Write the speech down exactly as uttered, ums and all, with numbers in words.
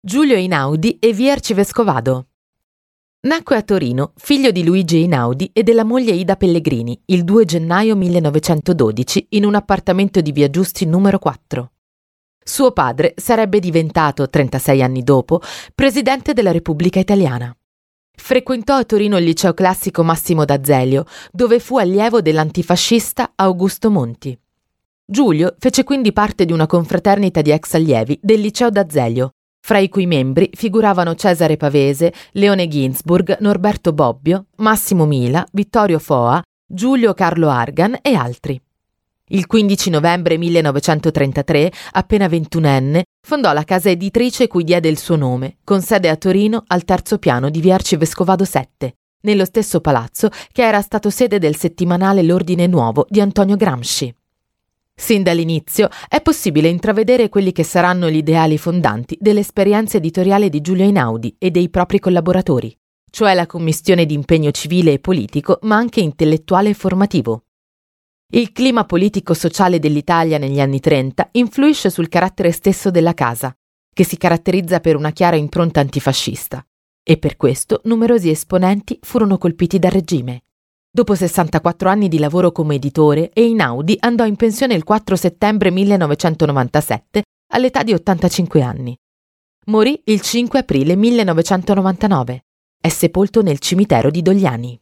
Giulio Einaudi e via Arcivescovado. Nacque a Torino, figlio di Luigi Einaudi e della moglie Ida Pellegrini, il due gennaio millenovecentododici in un appartamento di via Giusti numero quattro. Suo padre sarebbe diventato, trentasei anni dopo, presidente della Repubblica Italiana. Frequentò a Torino il liceo classico Massimo d'Azeglio, dove fu allievo dell'antifascista Augusto Monti. Giulio fece quindi parte di una confraternita di ex allievi del liceo d'Azeglio, fra i cui membri figuravano Cesare Pavese, Leone Ginzburg, Norberto Bobbio, Massimo Mila, Vittorio Foa, Giulio Carlo Argan e altri. Il quindici novembre millenovecentotrentatré, appena ventunenne, fondò la casa editrice cui diede il suo nome, con sede a Torino al terzo piano di via Arcivescovado sette, nello stesso palazzo che era stato sede del settimanale L'Ordine Nuovo di Antonio Gramsci. Sin dall'inizio è possibile intravedere quelli che saranno gli ideali fondanti dell'esperienza editoriale di Giulio Einaudi e dei propri collaboratori, cioè la commistione di impegno civile e politico, ma anche intellettuale e formativo. Il clima politico-sociale dell'Italia negli anni trenta influisce sul carattere stesso della casa, che si caratterizza per una chiara impronta antifascista, e per questo numerosi esponenti furono colpiti dal regime. Dopo sessantaquattro anni di lavoro come editore, Einaudi andò in pensione il quattro settembre millenovecentonovantasette all'età di ottantacinque anni. Morì il cinque aprile millenovecentonovantanove. È sepolto nel cimitero di Dogliani.